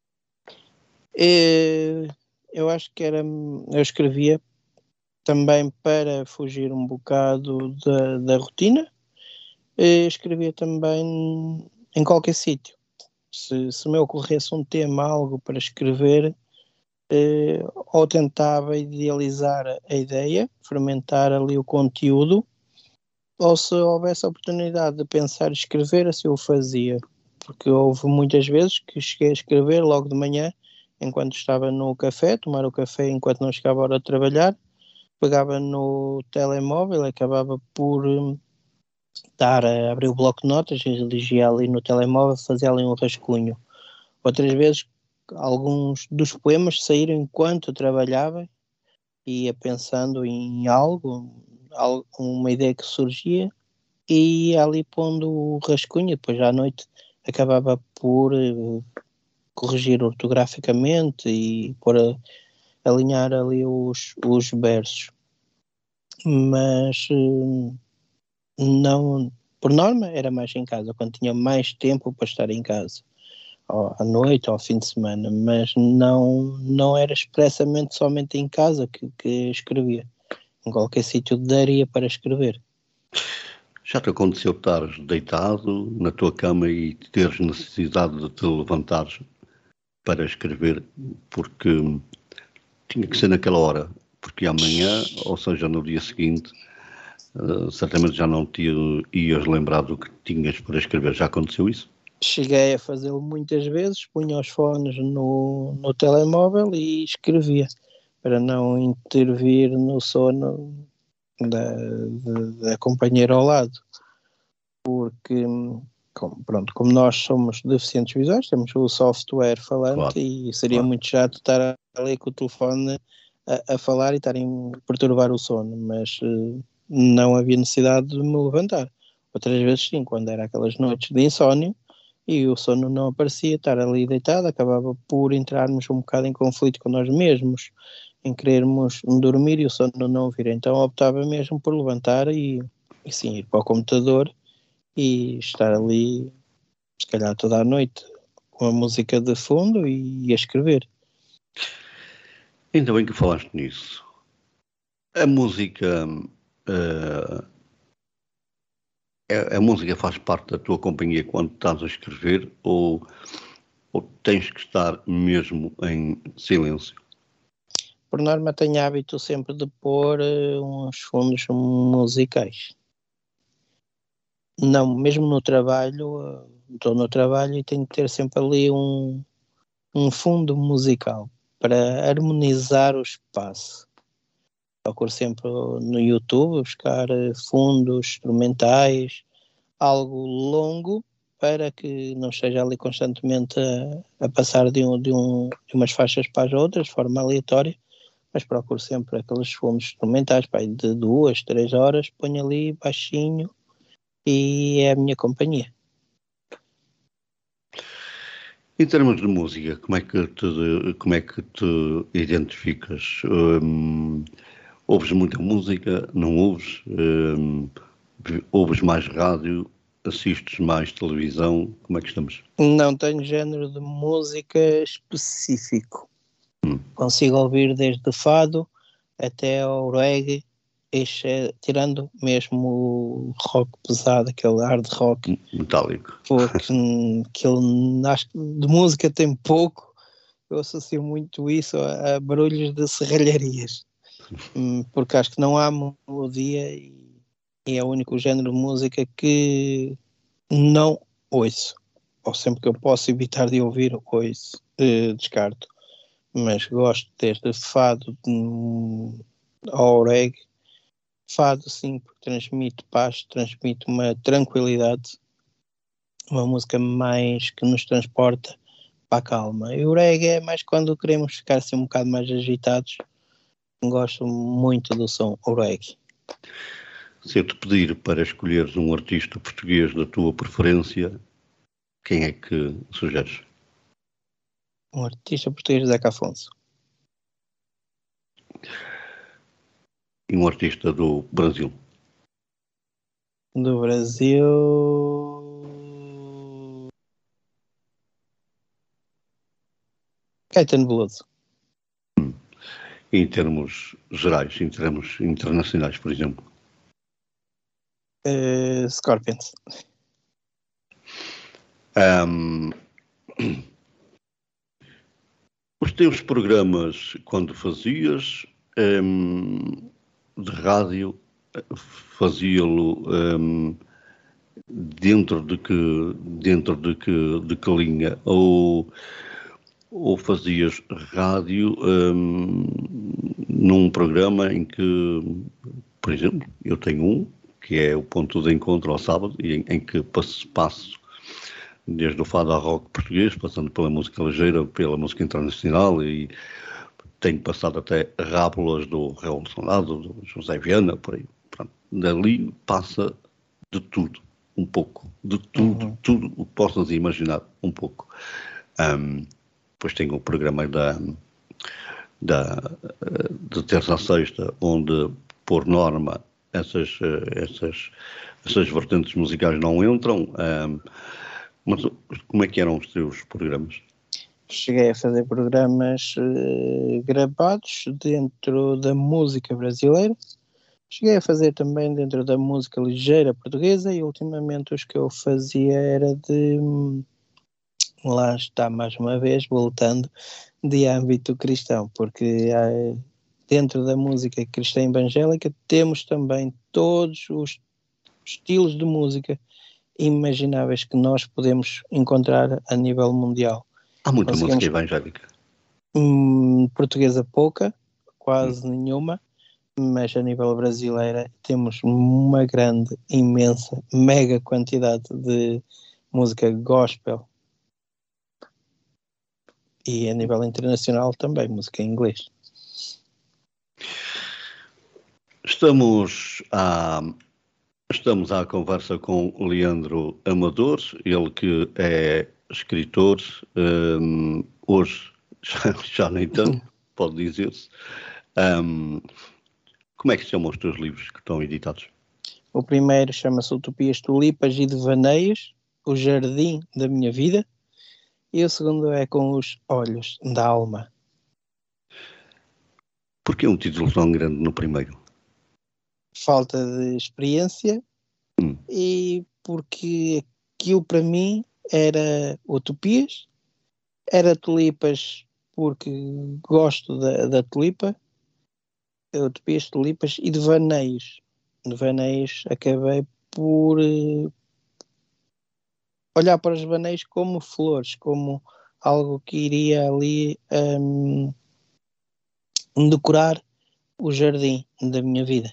[SPEAKER 3] E, eu acho que era, eu escrevia também para fugir um bocado da, da rotina. E escrevia também em qualquer sítio. Se, se me ocorresse um tema, algo para escrever, eh, ou tentava idealizar a ideia, fermentar ali o conteúdo, ou se houvesse a oportunidade de pensar e escrever, assim eu fazia. Porque houve muitas vezes que cheguei a escrever logo de manhã, enquanto estava no café, tomar o café enquanto não chegava a hora de trabalhar, pegava no telemóvel, acabava por estar a abrir o bloco de notas, elegia ali no telemóvel, fazia ali um rascunho. Outras vezes, alguns dos poemas saíram enquanto eu trabalhava, ia pensando em algo, uma ideia que surgia, e ia ali pondo o rascunho, depois à noite acabava por uh, corrigir ortograficamente e por uh, alinhar ali os, os versos. Mas uh, não, por norma, era mais em casa, quando tinha mais tempo para estar em casa, ou à noite ou ao fim de semana, mas não, não era expressamente somente em casa que, que escrevia. Em qualquer sítio daria para escrever.
[SPEAKER 2] Já te aconteceu estares deitado na tua cama e teres necessidade de te levantares para escrever porque tinha que ser naquela hora, porque amanhã, ou seja, no dia seguinte, uh, certamente já não te ias lembrar do que tinhas para escrever. Já aconteceu isso?
[SPEAKER 3] Cheguei a fazê-lo muitas vezes, punha os fones no, no telemóvel e escrevia, para não intervir no sono da, da, da companheira ao lado. Porque, como, pronto, como nós somos deficientes visuais, temos o software falante,
[SPEAKER 2] Claro,
[SPEAKER 3] e seria
[SPEAKER 2] claro.
[SPEAKER 3] muito chato estar ali com o telefone a, a falar e estarem a perturbar o sono, mas uh, não havia necessidade de me levantar. Outras vezes sim, quando era aquelas noites de insónio e o sono não aparecia, estar ali deitado acabava por entrarmos um bocado em conflito com nós mesmos, em querermos dormir e o sono não vir. Então optava mesmo por levantar e, e sim, ir para o computador e estar ali, se calhar toda a noite, com a música de fundo e a escrever.
[SPEAKER 2] Ainda bem que falaste nisso. A música, uh, a, a música faz parte da tua companhia quando estás a escrever ou, ou tens que estar mesmo em silêncio?
[SPEAKER 3] Por norma tenho hábito sempre de pôr uh, uns fundos musicais. Não, mesmo no trabalho, estou uh, no trabalho e tenho que ter sempre ali um, um fundo musical para harmonizar o espaço. Procuro sempre no YouTube buscar fundos instrumentais, algo longo, para que não esteja ali constantemente a, a passar de, um, de, um, de umas faixas para as outras, de forma aleatória, mas procuro sempre aqueles fundos instrumentais, pá, de duas, três horas, ponho ali baixinho e é a minha companhia.
[SPEAKER 2] Em termos de música, como é que te, como é que te identificas? Um, ouves muita música? Não ouves? Um, ouves mais rádio? Assistes mais televisão? Como é que estamos?
[SPEAKER 3] Não tenho género de música específico.
[SPEAKER 2] Hum.
[SPEAKER 3] Consigo ouvir desde fado até ao reggae, tirando mesmo o rock pesado, aquele hard rock
[SPEAKER 2] metálico,
[SPEAKER 3] porque que ele, acho que de música tem pouco. Eu associo muito isso a, a barulhos de serralharias, porque acho que não há melodia e, e é o único género de música que não ouço, ou sempre que eu posso evitar de ouvir, ouço, eh, descarto. Mas gosto desde fado ao reggae. Fado sim, porque transmite paz, transmite uma tranquilidade, uma música mais que nos transporta para a calma. E o reggae é mais quando queremos ficar assim um bocado mais agitados. Gosto muito do som reggae.
[SPEAKER 2] Se eu te pedir para escolheres um artista português da tua preferência, quem é que sugeres?
[SPEAKER 3] Um artista português, Zeca Afonso.
[SPEAKER 2] E um artista do Brasil?
[SPEAKER 3] Do Brasil... Caetano Veloso.
[SPEAKER 2] Hum. Em termos gerais, em termos internacionais, por exemplo?
[SPEAKER 3] Uh, Scorpions.
[SPEAKER 2] Um, os teus programas, quando fazias um, de rádio, fazia-lo um, dentro de que dentro de que, de que linha? Ou, ou fazias rádio um, num programa em que, por exemplo, eu tenho um, que é o Ponto de Encontro ao sábado, em, em que passo, passo desde o fado ao rock português, passando pela música ligeira, pela música internacional, e tenho passado até rábulas do Raul Sonado, do José Viana, por aí. Pronto. Dali passa de tudo. um pouco, de tudo, uhum. tudo o que possas imaginar, um pouco. Um, depois tenho o programa da, da, de terça a sexta, onde, por norma, essas, essas, essas vertentes musicais não entram. Um, mas como é que eram os teus programas?
[SPEAKER 3] Cheguei a fazer programas uh, gravados dentro da música brasileira. Cheguei a fazer também dentro da música ligeira portuguesa e ultimamente os que eu fazia era de, lá está mais uma vez, voltando, de âmbito cristão, porque uh, dentro da música cristã evangélica temos também todos os estilos de música imagináveis que nós podemos encontrar a nível mundial.
[SPEAKER 2] Há muita música evangélica.
[SPEAKER 3] Hum, portuguesa pouca, quase hum. nenhuma, mas a nível brasileira temos uma grande, imensa, mega quantidade de música gospel. E a nível internacional também, música em inglês.
[SPEAKER 2] Estamos à, estamos à conversa com o Leandro Amador, ele que é escritor, um, hoje já, já nem tanto, pode dizer-se. Um, como é que se chamam os teus livros que estão editados?
[SPEAKER 3] O primeiro chama-se Utopias, Tulipas e Devaneios, o Jardim da Minha Vida, e o segundo é Com os Olhos da Alma.
[SPEAKER 2] Por que um título tão grande no primeiro?
[SPEAKER 3] Falta de experiência hum. e porque aquilo para mim era utopias, era tulipas porque gosto da, da tulipa, utopias, tulipas e devaneios. Devaneios acabei por uh, olhar para os devaneios como flores, como algo que iria ali um, decorar o jardim da minha vida.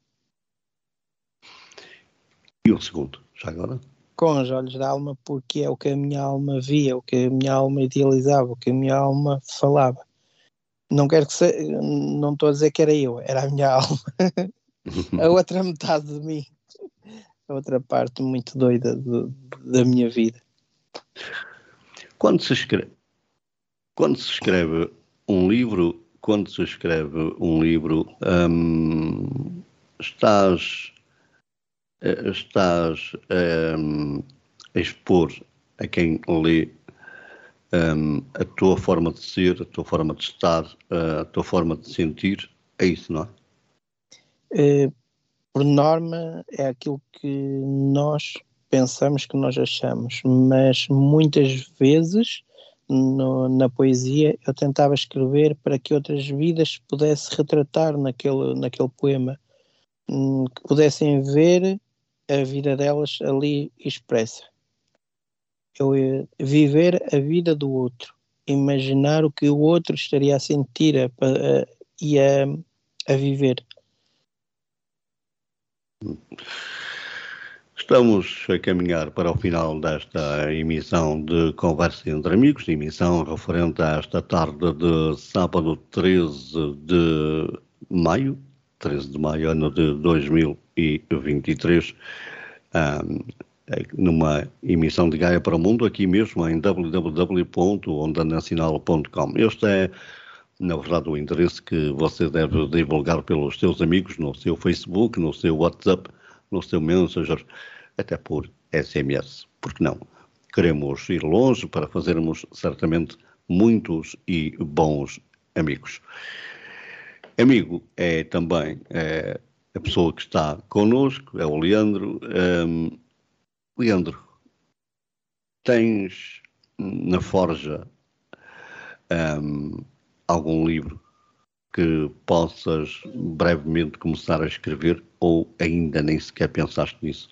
[SPEAKER 2] E o segundo, já agora?
[SPEAKER 3] Com os olhos da alma, porque é o que a minha alma via, o que a minha alma idealizava, o que a minha alma falava. Não quero que se... não estou a dizer que era eu, era a minha alma. A outra metade de mim. A outra parte muito doida de, da minha vida.
[SPEAKER 2] Quando se escreve, quando se escreve um livro, quando se escreve um livro, hum, estás... estás um, a expor a quem lê um, a tua forma de ser, a tua forma de estar, a tua forma de sentir, é isso, não é?
[SPEAKER 3] Uh, por norma é aquilo que nós pensamos, que nós achamos, mas muitas vezes no, na poesia eu tentava escrever para que outras vidas pudesse retratar naquele, naquele poema, que pudessem ver a vida delas ali expressa. Eu ia viver a vida do outro, imaginar o que o outro estaria a sentir a, a, e a, a viver.
[SPEAKER 2] Estamos a caminhar para o final desta emissão de Conversa entre Amigos, emissão referente a esta tarde de sábado treze de maio, treze de maio, ano de dois mil e vinte e três, um, numa emissão de Gaia para o Mundo, aqui mesmo em w w w ponto onda nacional ponto com. Este é, na verdade, o endereço que você deve divulgar pelos seus amigos, no seu Facebook, no seu WhatsApp, no seu Messenger, até por S M S. Porque não? Queremos ir longe para fazermos, certamente, muitos e bons amigos. Amigo é também é, a pessoa que está connosco, é o Leandro. Um, Leandro, tens na forja um, algum livro que possas brevemente começar a escrever ou ainda nem sequer pensaste nisso?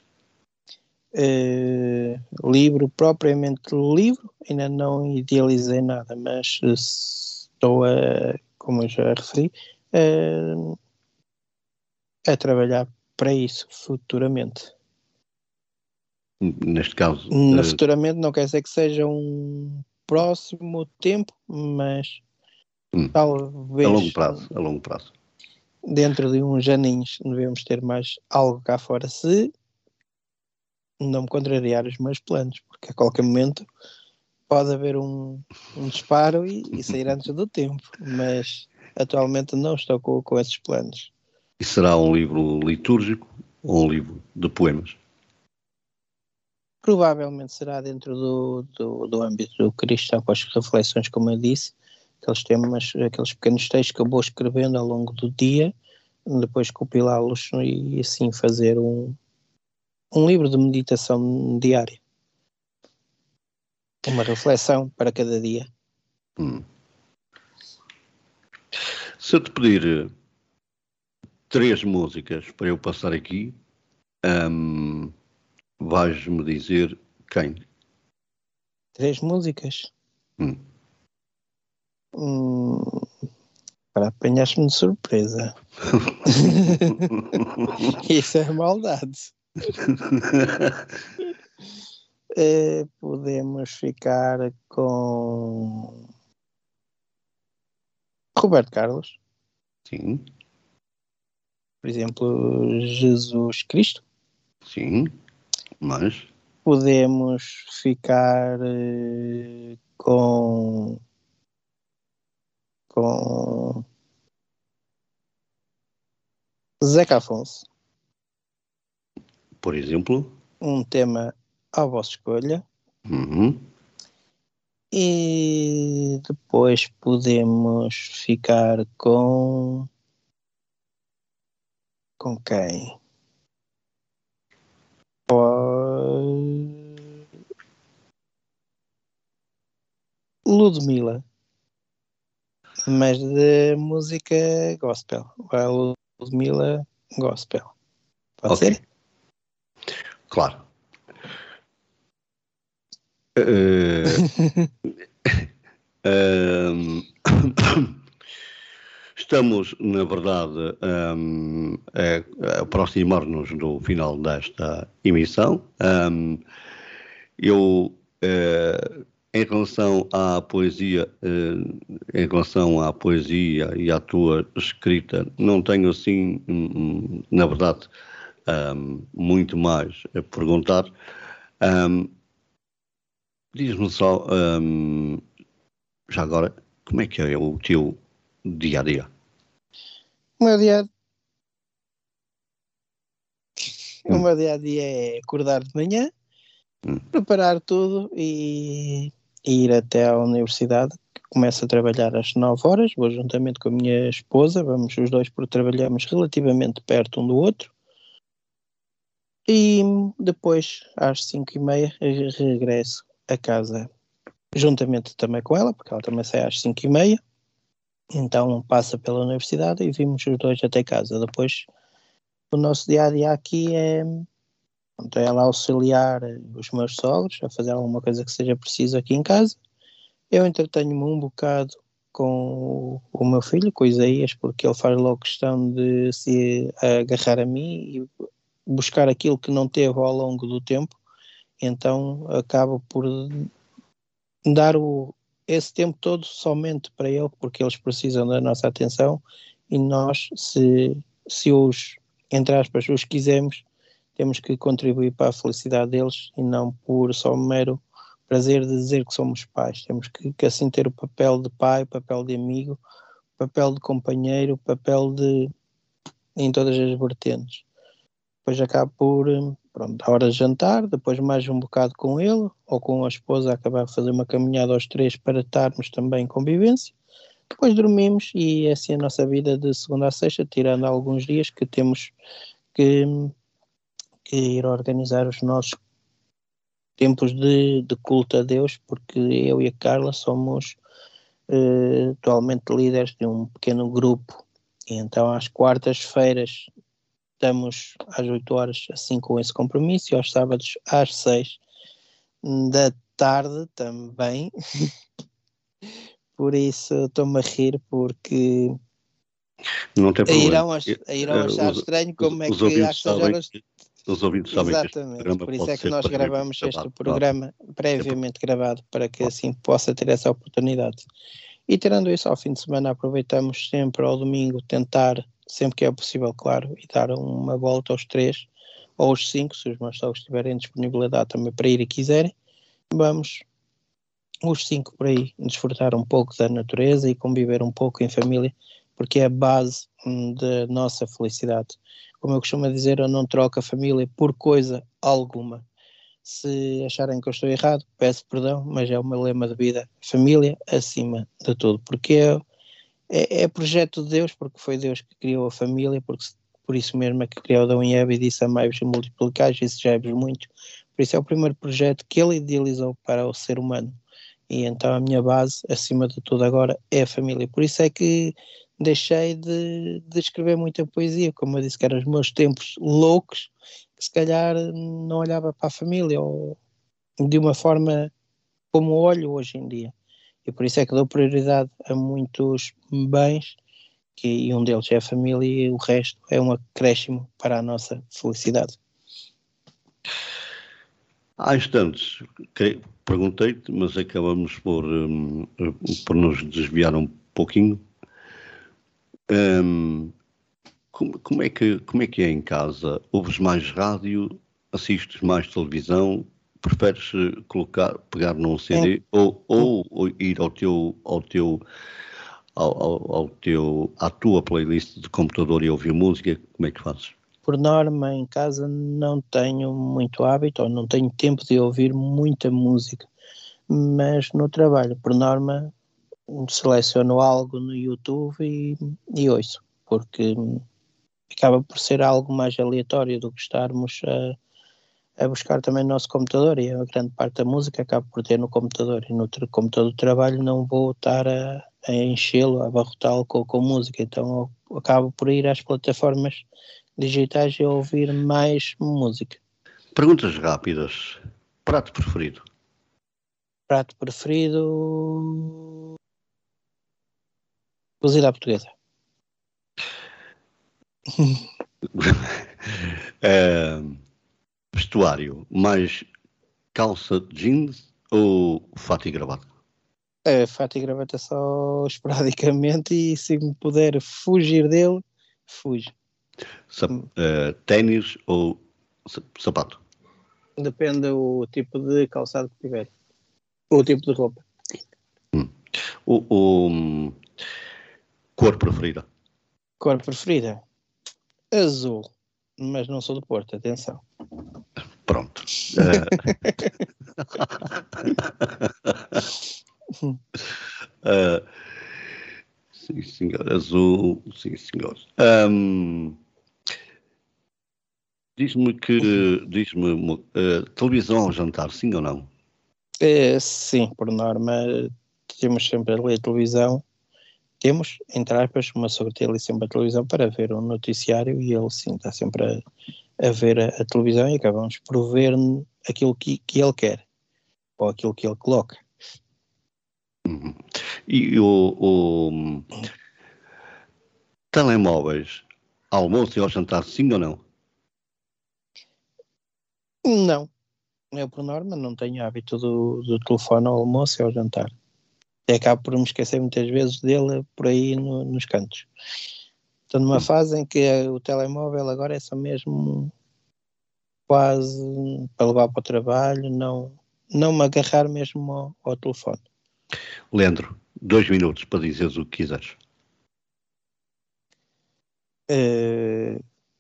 [SPEAKER 3] Uh, livro, propriamente livro, ainda não idealizei nada, mas estou a, como eu já referi, uh, a trabalhar para isso futuramente.
[SPEAKER 2] Neste caso...
[SPEAKER 3] No
[SPEAKER 2] uh...
[SPEAKER 3] futuramente não quer dizer que seja um próximo tempo, mas
[SPEAKER 2] hum.
[SPEAKER 3] talvez...
[SPEAKER 2] A longo prazo, a longo prazo.
[SPEAKER 3] Dentro de uns aninhos devemos ter mais algo cá fora, se não me contrariar os meus planos, porque a qualquer momento pode haver um, um disparo e, e sair antes do tempo, mas atualmente não estou com, com esses planos.
[SPEAKER 2] E será um livro litúrgico ou um livro de poemas?
[SPEAKER 3] Provavelmente será dentro do, do, do âmbito cristão, com as reflexões, como eu disse, aqueles temas, aqueles pequenos textos que eu vou escrevendo ao longo do dia, depois compilá-los e assim fazer um, um livro de meditação diária. Uma reflexão para cada dia.
[SPEAKER 2] Hum. Se eu te pedir três músicas para eu passar aqui, hum, vais-me dizer quem?
[SPEAKER 3] Três músicas?
[SPEAKER 2] Hum.
[SPEAKER 3] Hum, para apanhar-me de surpresa. Isso é maldade. Uh, podemos ficar com Roberto Carlos.
[SPEAKER 2] Sim.
[SPEAKER 3] Por exemplo, Jesus Cristo.
[SPEAKER 2] Sim. Mas?
[SPEAKER 3] Podemos ficar uh, com com Zeca Afonso.
[SPEAKER 2] Por exemplo?
[SPEAKER 3] Um tema à vossa escolha.
[SPEAKER 2] Uhum.
[SPEAKER 3] E depois podemos ficar com com quem? Ludmilla, mas de música gospel. A Ludmilla gospel. Pode
[SPEAKER 2] okay.
[SPEAKER 3] ser?
[SPEAKER 2] Claro. Uh, um, estamos, na verdade, um, a, a aproximar-nos do final desta emissão. Um, eu, uh, em relação à poesia, uh, em relação à poesia e à tua escrita, não tenho assim, um, na verdade, um, muito mais a perguntar. Um, Diz-me só, um, já agora, como é que é o teu dia-a-dia?
[SPEAKER 3] O meu dia hum. o meu dia-a-dia é acordar de manhã, hum. preparar tudo e, e ir até à universidade, que começo a trabalhar às nove horas, vou juntamente com a minha esposa, vamos os dois porque trabalhamos relativamente perto um do outro. E depois, às cinco e meia, regresso a casa, juntamente também com ela, porque ela também sai às cinco e meia. Então passa pela universidade e vimos os dois até casa. Depois, o nosso dia-a-dia aqui é, é ela auxiliar os meus sogros a fazer alguma coisa que seja preciso aqui em casa. Eu entretenho-me um bocado com o, o meu filho, com o Isaías, porque ele faz logo questão de se agarrar a mim e buscar aquilo que não teve ao longo do tempo, então acabo por dar o, esse tempo todo somente para ele, porque eles precisam da nossa atenção e nós, se, se os, entre aspas, os quisermos, temos que contribuir para a felicidade deles e não por só um mero prazer de dizer que somos pais. Temos que, que assim ter o papel de pai, o papel de amigo, o papel de companheiro, o papel de em todas as vertentes. Depois acabo por, pronto, a hora de jantar, depois mais um bocado com ele, ou com a esposa, acabar de fazer uma caminhada aos três para estarmos também em convivência. Depois dormimos e é assim a nossa vida de segunda a sexta, tirando alguns dias que temos que, que ir organizar os nossos tempos de, de culto a Deus, porque eu e a Carla somos uh, atualmente líderes de um pequeno grupo, e então às quartas-feiras estamos às oito horas assim com esse compromisso e aos sábados às seis da tarde também. Por isso estou-me a rir porque
[SPEAKER 2] não tem problema.
[SPEAKER 3] Irão, ach irão achar
[SPEAKER 2] os,
[SPEAKER 3] estranho como
[SPEAKER 2] os,
[SPEAKER 3] é que às seis horas...
[SPEAKER 2] Que, os ouvintes sabem
[SPEAKER 3] Exatamente,
[SPEAKER 2] que este
[SPEAKER 3] por isso é que nós gravamos este
[SPEAKER 2] gravado,
[SPEAKER 3] programa claro. previamente é gravado para que assim possa ter essa oportunidade. E tirando isso, ao fim de semana aproveitamos sempre ao domingo tentar, sempre que é possível, claro, e dar uma volta aos três, ou os cinco, se os meus sogros tiverem disponibilidade também para ir e quiserem, vamos os cinco por aí desfrutar um pouco da natureza e conviver um pouco em família, porque é a base hum, da nossa felicidade. Como eu costumo dizer, eu não troco a família por coisa alguma. Se acharem que eu estou errado, peço perdão, mas é o meu lema de vida: família acima de tudo, porque é, é, é projeto de Deus, porque foi Deus que criou a família, porque por isso mesmo é que criou Adão e Eva e disse: amai-vos e multiplicai-vos e sejai-vos muito. Por isso é o primeiro projeto que ele idealizou para o ser humano. E então a minha base, acima de tudo agora, é a família. Por isso é que deixei de, de escrever muita poesia, como eu disse, que eram os meus tempos loucos, que se calhar não olhava para a família, ou de uma forma como olho hoje em dia. E por isso é que dou prioridade a muitos bens, que, e um deles é a família, e o resto é um acréscimo para a nossa felicidade.
[SPEAKER 2] Há instantes, que perguntei-te, mas acabamos por, um, por nos desviar um pouquinho. Um, como, como, é que, como é que é em casa? Ouves mais rádio? Assistes mais televisão? Preferes colocar, pegar num C D? É. Ou, ou, ou ir ao teu, ao teu, ao, ao, ao teu, à tua playlist de computador e ouvir música? Como é que fazes?
[SPEAKER 3] Por norma, em casa não tenho muito hábito, ou não tenho tempo de ouvir muita música, mas no trabalho, por norma, seleciono algo no YouTube e, e ouço, porque acaba por ser algo mais aleatório do que estarmos a, a buscar também no nosso computador, e a grande parte da música acaba por ter no computador, e no tra- computador do trabalho não vou estar a, a enchê-lo, a abarrotá-lo com, com música, então eu acabo por ir às plataformas digitais e ouvir mais música.
[SPEAKER 2] Perguntas rápidas. Prato preferido?
[SPEAKER 3] Prato preferido... cozida à portuguesa.
[SPEAKER 2] é, vestuário, mais calça de jeans ou fato e gravata?
[SPEAKER 3] É, fato e gravata só esporadicamente, e se me puder fugir dele, fujo.
[SPEAKER 2] Sa- uh, ténis ou sapato?
[SPEAKER 3] Depende do tipo de calçado que tiver. O tipo de roupa.
[SPEAKER 2] Hum. O, o, cor preferida?
[SPEAKER 3] Cor preferida? Azul. Mas não sou do Porto, atenção.
[SPEAKER 2] Pronto. Uh... uh, sim, senhor. Azul. Sim, senhor. Um, diz-me que... Diz-me... Uh, televisão ao jantar, sim ou não?
[SPEAKER 3] É, sim, por norma, temos sempre a ler televisão. Temos, entre aspas, uma sogra tem ali sempre a televisão para ver um noticiário, e ele sim está sempre a, a ver a, a televisão, e acabamos por ver aquilo que, que ele quer, ou aquilo que ele coloca.
[SPEAKER 2] Uhum. E o, o telemóveis, almoço e ao jantar, sim ou não?
[SPEAKER 3] Não, eu por norma não tenho hábito do, do telefone ao almoço e ao jantar. E acabo por me esquecer muitas vezes dele por aí no, nos cantos. Estou numa fase em que o telemóvel agora é só mesmo quase para levar para o trabalho, não, não me agarrar mesmo ao, ao telefone.
[SPEAKER 2] Leandro, dois minutos para dizeres o que quiseres.
[SPEAKER 3] Uh,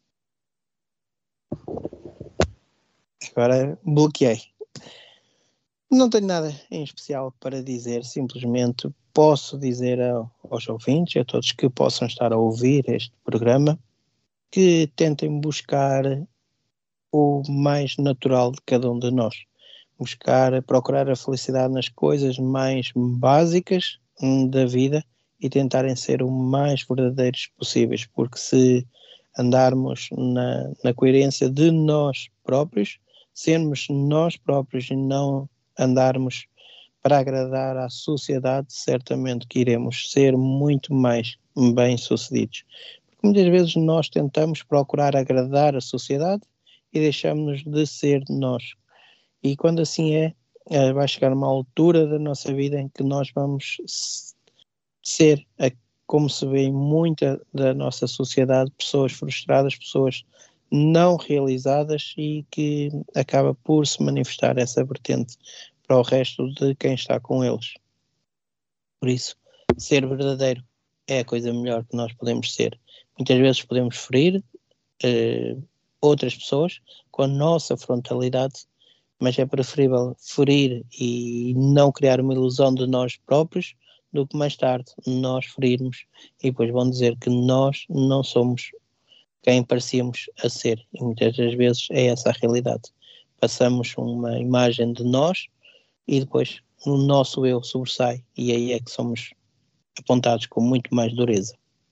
[SPEAKER 3] agora bloqueei. Não tenho nada em especial para dizer, simplesmente posso dizer aos ouvintes, a todos que possam estar a ouvir este programa, que tentem buscar o mais natural de cada um de nós. Buscar, procurar a felicidade nas coisas mais básicas da vida e tentarem ser o mais verdadeiros possíveis, porque se andarmos na, na coerência de nós próprios, sermos nós próprios e não andarmos para agradar à sociedade, certamente que iremos ser muito mais bem-sucedidos. Porque muitas vezes nós tentamos procurar agradar a sociedade e deixamos de ser nós. E quando assim é, vai chegar uma altura da nossa vida em que nós vamos ser, como se vê em muita da nossa sociedade, pessoas frustradas, pessoas não realizadas e que acaba por se manifestar essa vertente para o resto de quem está com eles. Por isso, ser verdadeiro é a coisa melhor que nós podemos ser. Muitas vezes podemos ferir uh, outras pessoas com a nossa frontalidade, mas é preferível ferir e não criar uma ilusão de nós próprios do que mais tarde nós ferirmos e depois vão dizer que nós não somos quem parecíamos a ser. E muitas das vezes é essa a realidade. Passamos uma imagem de nós e depois o nosso eu sobressai e aí é que somos apontados com muito mais dureza.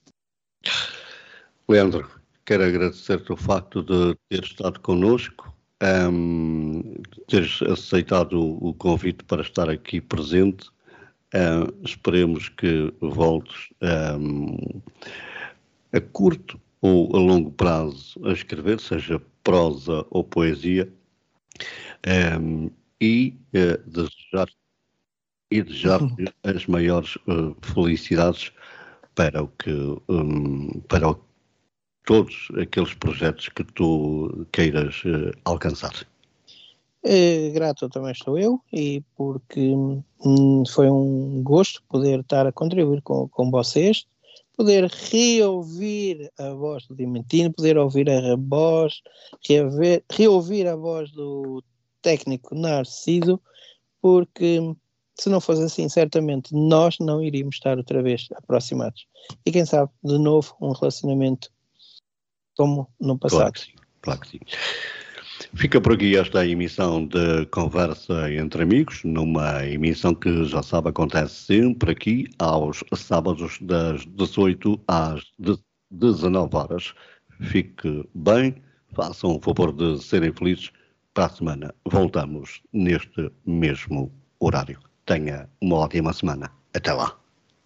[SPEAKER 2] Leandro, quero agradecer-te o facto de ter estado connosco, um, teres aceitado o convite para estar aqui presente. Uh, esperemos que voltes um, a curto ou a longo prazo a escrever, seja prosa ou poesia, um, e uh, desejar e desejar-te as maiores uh, felicidades para o que um, para o, todos aqueles projetos que tu queiras uh, alcançar.
[SPEAKER 3] É, grato também estou eu, e porque hum, foi um gosto poder estar a contribuir com, com vocês, poder reouvir a voz do Diamantino, poder ouvir a voz, reouvir, reouvir a voz do técnico Narciso, porque se não fosse assim, certamente nós não iríamos estar outra vez aproximados. E quem sabe, de novo, um relacionamento como no passado.
[SPEAKER 2] Claro que sim, claro que sim. Fica por aqui esta emissão de Conversa Entre Amigos, numa emissão que, já sabe, acontece sempre aqui aos sábados das dezoito às dezenove horas. Fique bem, façam o favor de serem felizes. Para a semana voltamos neste mesmo horário. Tenha uma ótima semana. Até lá.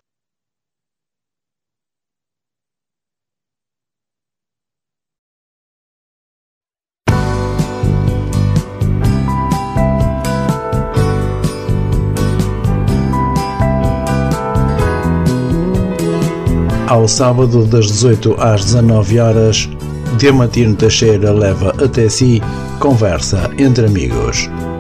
[SPEAKER 1] Ao sábado das dezoito às dezanove horas, Diamantino Teixeira leva até si Conversa Entre Amigos.